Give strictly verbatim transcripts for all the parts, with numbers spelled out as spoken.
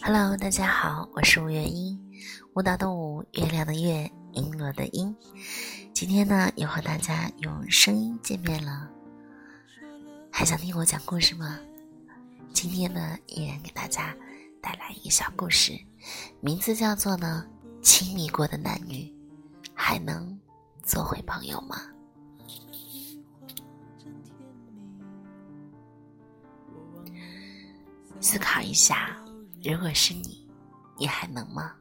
Hello， 大家好，我是吴月英，舞蹈的舞，月亮的月，璎珞的璎。今天呢，又和大家用声音见面了。还想听我讲故事吗？今天呢，依然给大家带来一个小故事，名字叫做呢，亲密过的男女还能做回朋友吗？思考一下，如果是你，你还能吗？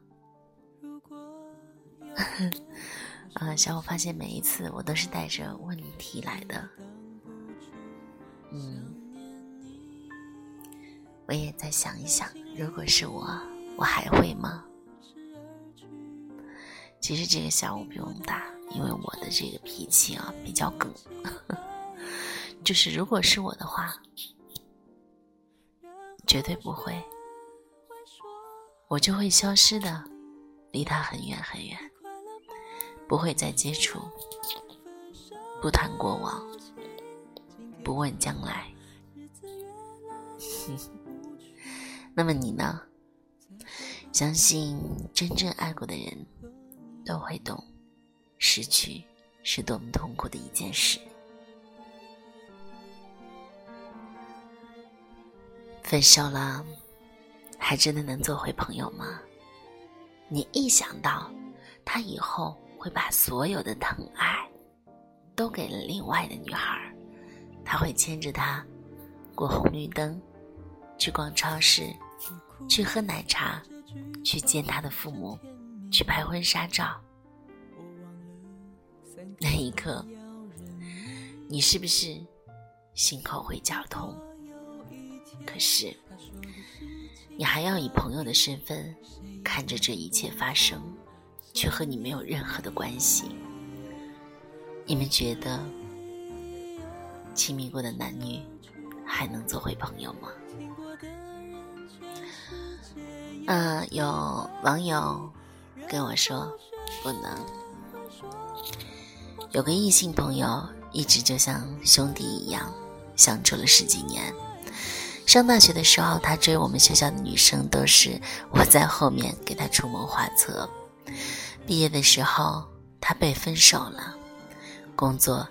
呃，小我发现每一次我都是带着问题来的。嗯，我也再想一想，如果是我，我还会吗？其实这个小我不用打，因为我的这个脾气啊比较梗。就是如果是我的话，绝对不会，我就会消失的，离他很远很远，不会再接触，不谈过往，不问将来。那么你呢？相信真正爱过的人都会懂，失去是多么痛苦的一件事。分手了，还真的能做回朋友吗？你一想到他以后会把所有的疼爱都给了另外的女孩，他会牵着她过红绿灯，去逛超市，去喝奶茶，去见他的父母，去拍婚纱照。那一刻，你是不是心口会绞痛？可是你还要以朋友的身份看着这一切发生，却和你没有任何的关系。你们觉得亲密过的男女还能做回朋友吗？呃，有网友跟我说不能。有个异性朋友一直就像兄弟一样相处了十几年，上大学的时候，他追我们学校的女生都是我在后面给他出谋划策。毕业的时候，他被分手了，工作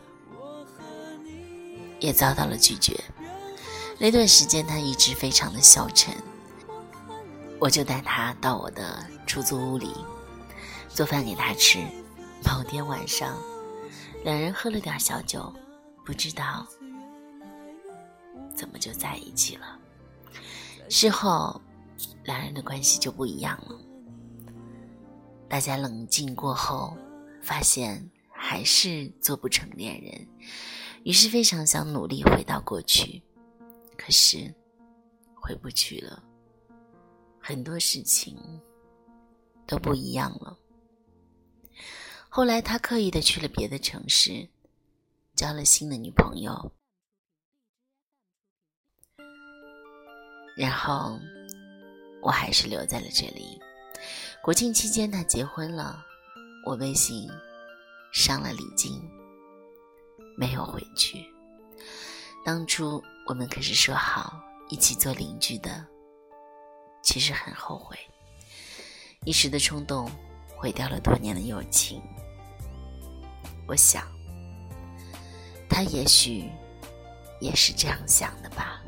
也遭到了拒绝。那段时间他一直非常的消沉，我就带他到我的出租屋里做饭给他吃。某天晚上，两人喝了点小酒，不知道怎么就在一起了。事后两人的关系就不一样了，大家冷静过后发现还是做不成恋人，于是非常想努力回到过去，可是回不去了，很多事情都不一样了。后来他刻意的去了别的城市，交了新的女朋友，然后我还是留在了这里。国庆期间他结婚了，我微信上了礼金，没有回去。当初我们可是说好一起做邻居的，其实很后悔，一时的冲动毁掉了多年的友情。我想他也许也是这样想的吧。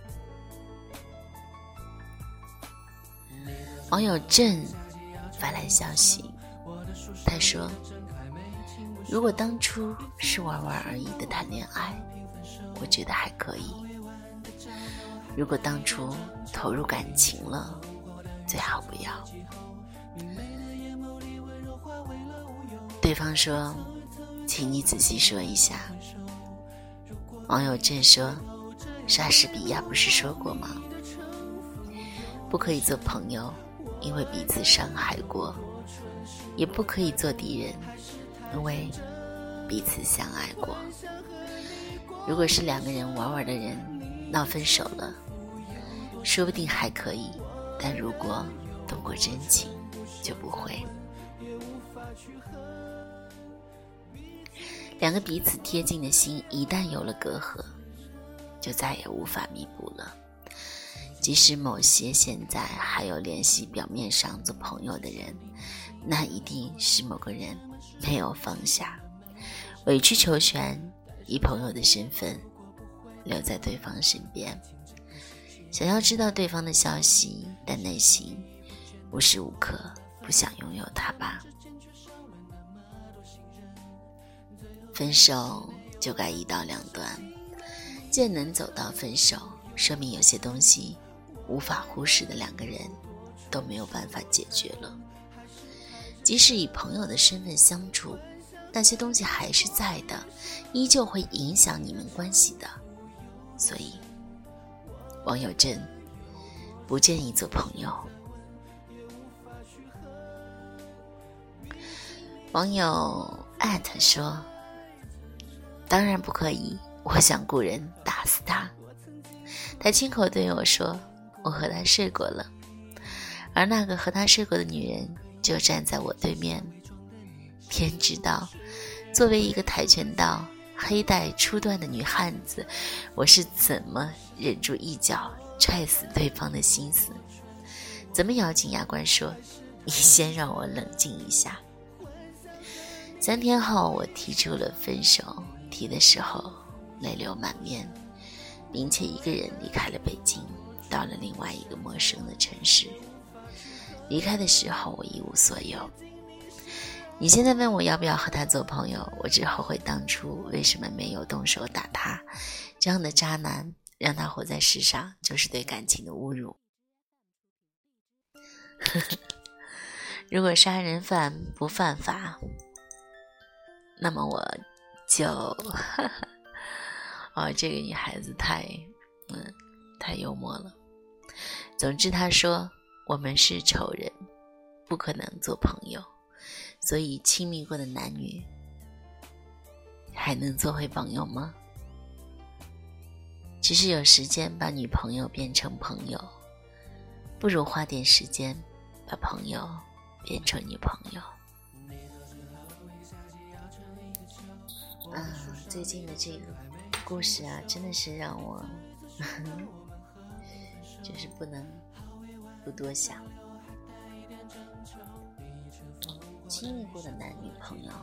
网友郑发来消息，他说，如果当初是玩玩而已的谈恋爱，我觉得还可以，如果当初投入感情了，最好不要。对方说，请你仔细说一下。网友郑说，莎士比亚不是说过吗？不可以做朋友，因为彼此伤害过，也不可以做敌人，因为彼此相爱过。如果是两个人玩玩的人闹分手了，说不定还可以，但如果动过真情，就不会。两个彼此贴近的心一旦有了隔阂，就再也无法弥补了。 即使某些现在还有联系表面上做朋友的人，那一定是某个人没有放下，委曲求全，以朋友的身份留在对方身边，想要知道对方的消息，但内心无时无刻不想拥有他吧。分手就该一刀两断，既然能走到分手，说明有些东西无法忽视的两个人都没有办法解决了。即使以朋友的身份相处，那些东西还是在的，依旧会影响你们关系的。所以网友真不建议做朋友。网友艾特说，当然不可以，我想雇人打死他。他亲口对我说，我和他睡过了。而那个和他睡过的女人就站在我对面。天知道，作为一个跆拳道黑带初段的女汉子，我是怎么忍住一脚踹死对方的心思，怎么咬紧牙关说，你先让我冷静一下。三天后我提出了分手，提的时候泪流满面，并且一个人离开了北京，到了另外一个陌生的城市。离开的时候我一无所有。你现在问我要不要和他做朋友，我只后悔当初为什么没有动手打他。这样的渣男让他活在世上，就是对感情的侮辱。如果杀人犯不犯法，那么我就哦，这个女孩子太嗯太幽默了。总之她说，我们是仇人，不可能做朋友，所以亲密过的男女还能做回朋友吗？只是有时间把女朋友变成朋友，不如花点时间把朋友变成女朋友。啊，最近的这个故事啊，真的是让我就是不能不多想。亲密过的男女朋友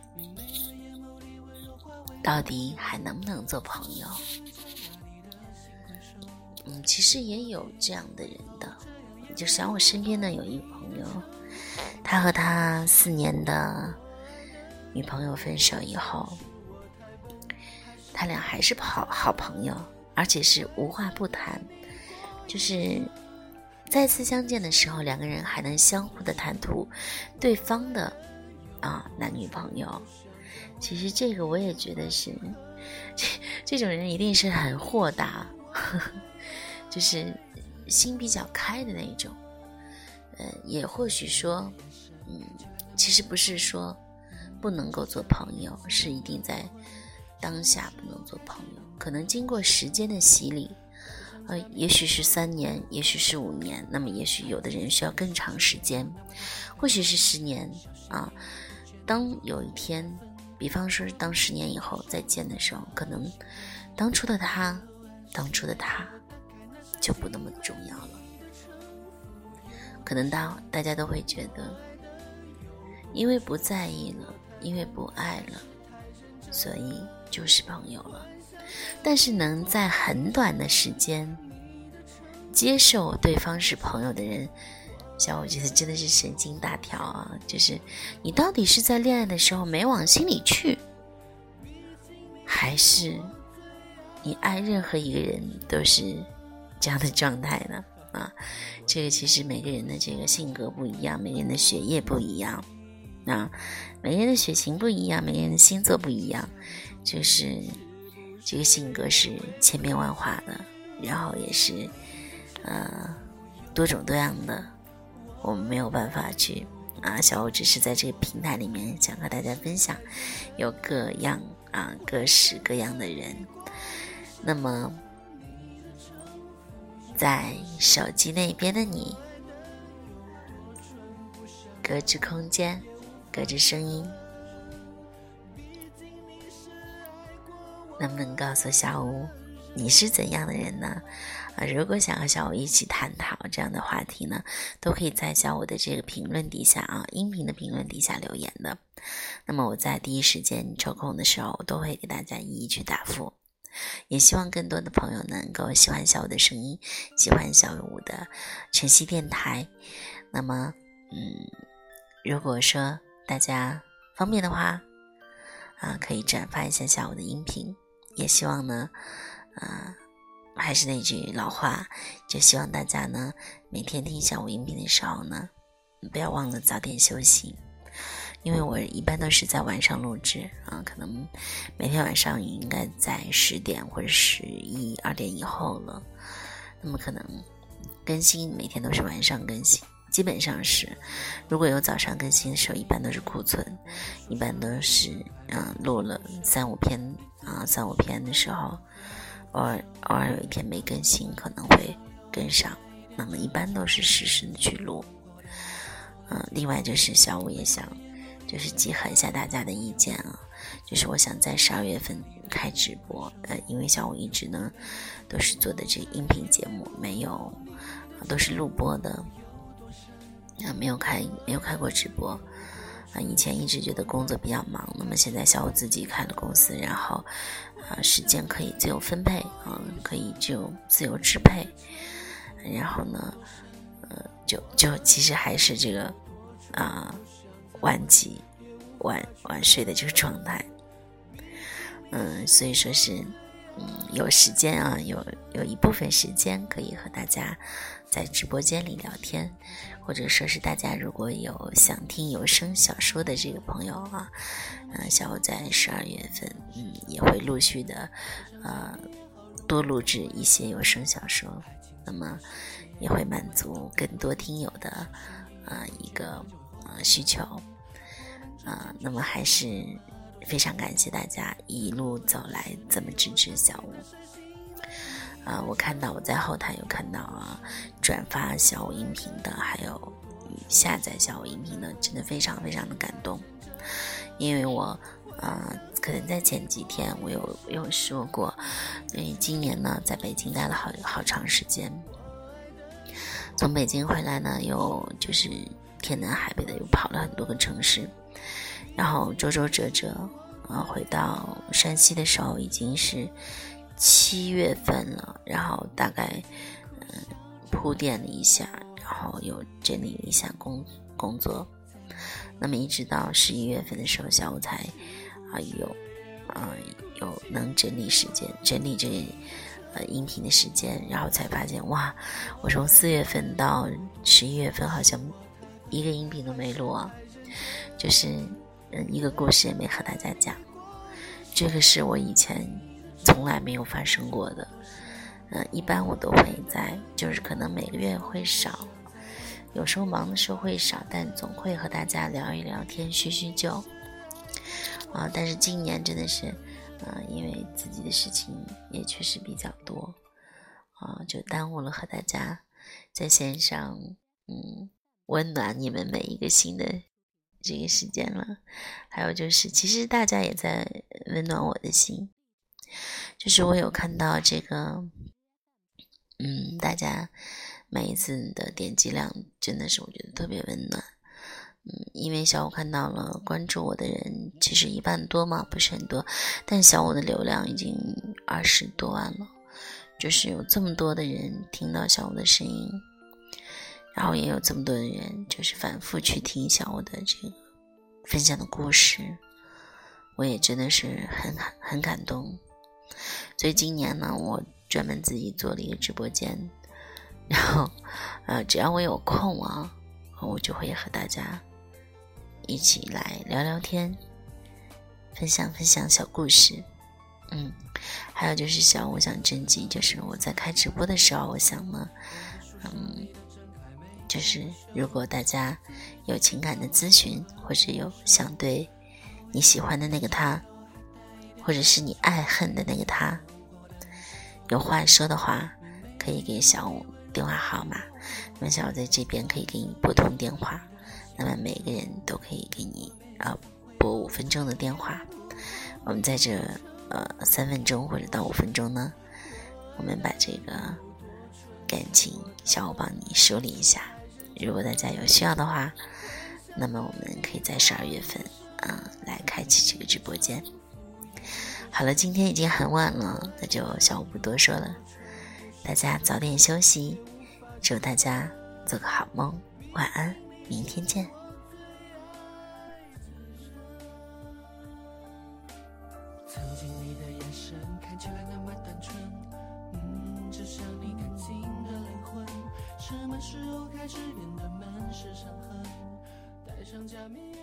到底还能不能做朋友？嗯，其实也有这样的人的，就像我身边的有一个朋友，他和他四年的女朋友分手以后，他俩还是好好朋友，而且是无话不谈，就是再次相见的时候，两个人还能相互的谈吐对方的啊男女朋友。其实这个我也觉得是这这种人一定是很豁达，呵呵，就是心比较开的那种。呃，也或许说，嗯，其实不是说不能够做朋友，是一定在当下不能做朋友。可能经过时间的洗礼，呃，也许是三年，也许是五年，那么也许有的人需要更长时间，或许是十年啊。当有一天，比方说当十年以后再见的时候，可能当初的他，当初的他就不那么重要了。可能大大家都会觉得，因为不在意了，因为不爱了，所以就是朋友了。但是能在很短的时间接受对方是朋友的人，像我觉得真的是神经大条啊！就是你到底是在恋爱的时候没往心里去，还是你爱任何一个人都是这样的状态呢？啊，这个其实每个人的这个性格不一样，每个人的血液不一样，啊，每个人的血型不一样，每个人的星座不一样，就是这个性格是千变万化的，然后也是呃多种多样的，我们没有办法去啊，小欧只是在这个平台里面想和大家分享，有各样啊各式各样的人。那么在手机那边的你，隔着空间，隔着声音，能不能告诉小吴你是怎样的人呢？啊，如果想和小五一起探讨这样的话题呢，都可以在小五的这个评论底下啊，音频的评论底下留言的。那么我在第一时间抽空的时候，我都会给大家一一去答复。也希望更多的朋友能够喜欢小五的声音，喜欢小五的晨曦电台。那么，嗯，如果说大家方便的话，啊，可以转发一下小五的音频。也希望呢，啊，还是那句老话，就希望大家呢，每天听小五音频的时候呢，不要忘了早点休息。因为我一般都是在晚上录制啊，可能每天晚上应该在十点或者十一二点以后了。那么可能更新每天都是晚上更新，基本上是如果有早上更新的时候，一般都是库存，一般都是嗯、呃、录了三五篇啊三五篇的时候，偶尔偶尔有一天没更新，可能会跟上。那么一般都是实时的去录。嗯、呃，另外就是小五也想。就是集合一下大家的意见啊，就是我想在十二月份开直播，呃，因为小五一直呢都是做的这个音频节目，没有、啊、都是录播的，啊，没有开没有开过直播，啊，以前一直觉得工作比较忙，那么现在小五自己开了公司，然后啊时间可以自由分配啊，可以就自由支配，然后呢，呃，就就其实还是这个啊。晚起晚晚睡的这个状态，嗯，所以说是嗯有时间啊，有有一部分时间可以和大家在直播间里聊天，或者说是大家如果有想听有声小说的这个朋友啊，嗯，像我在十二月份嗯也会陆续的呃多录制一些有声小说，那么也会满足更多听友的呃一个呃需求。啊、呃，那么还是非常感谢大家一路走来这么支持小五。啊、呃，我看到我在后台有看到啊，转发小五音频的，还有下载小五音频的，真的非常非常的感动。因为我啊、呃，可能在前几天我有有说过，因为今年呢在北京待了好好长时间，从北京回来呢，又就是天南海北的，又跑了很多个城市。然后周周折折啊，回到山西的时候已经是七月份了，然后大概嗯铺垫了一下，然后又整理了一下工工作，那么一直到十一月份的时候，小五才啊有啊有能整理时间，整理这呃音频的时间，然后才发现哇，我从四月份到十一月份好像一个音频都没录啊，就是嗯，一个故事也没和大家讲，这个是我以前从来没有发生过的。嗯、呃，一般我都会在，就是可能每个月会少，有时候忙的时候会少，但总会和大家聊一聊天，叙叙旧。啊、呃，但是今年真的是，呃，因为自己的事情也确实比较多，啊、呃，就耽误了和大家在线上，嗯，温暖你们每一个新的这个时间了。还有就是其实大家也在温暖我的心，就是我有看到这个嗯，大家每一次的点击量真的是我觉得特别温暖。嗯，因为小五看到了关注我的人其实一万多嘛，不是很多，但小五的流量已经二十多万了，就是有这么多的人听到小五的声音，然后也有这么多的人就是反复去听小五的这个分享的故事，我也真的是很很感动。所以今年呢，我专门自己做了一个直播间，然后呃，只要我有空啊，我就会和大家一起来聊聊天，分享分享小故事。嗯，还有就是小我想征集，就是我在开直播的时候，我想呢嗯就是如果大家有情感的咨询，或者有想对你喜欢的那个他，或者是你爱恨的那个他有话说的话，可以给小五电话号码，那么小五在这边可以给你拨通电话，那么每个人都可以给你啊拨五分钟的电话，我们在这呃三分钟或者到五分钟呢我们把这个感情小五帮你梳理一下。如果大家有需要的话，那么我们可以在十二月份啊、呃、来开启这个直播间。好了，今天已经很晚了，那就小五不多说了，大家早点休息，祝大家做个好梦，晚安，明天见。 曾经你的眼神看起来那么单纯，嗯，只像你干净的灵魂，什么时候开始变得满是伤痕，带上假面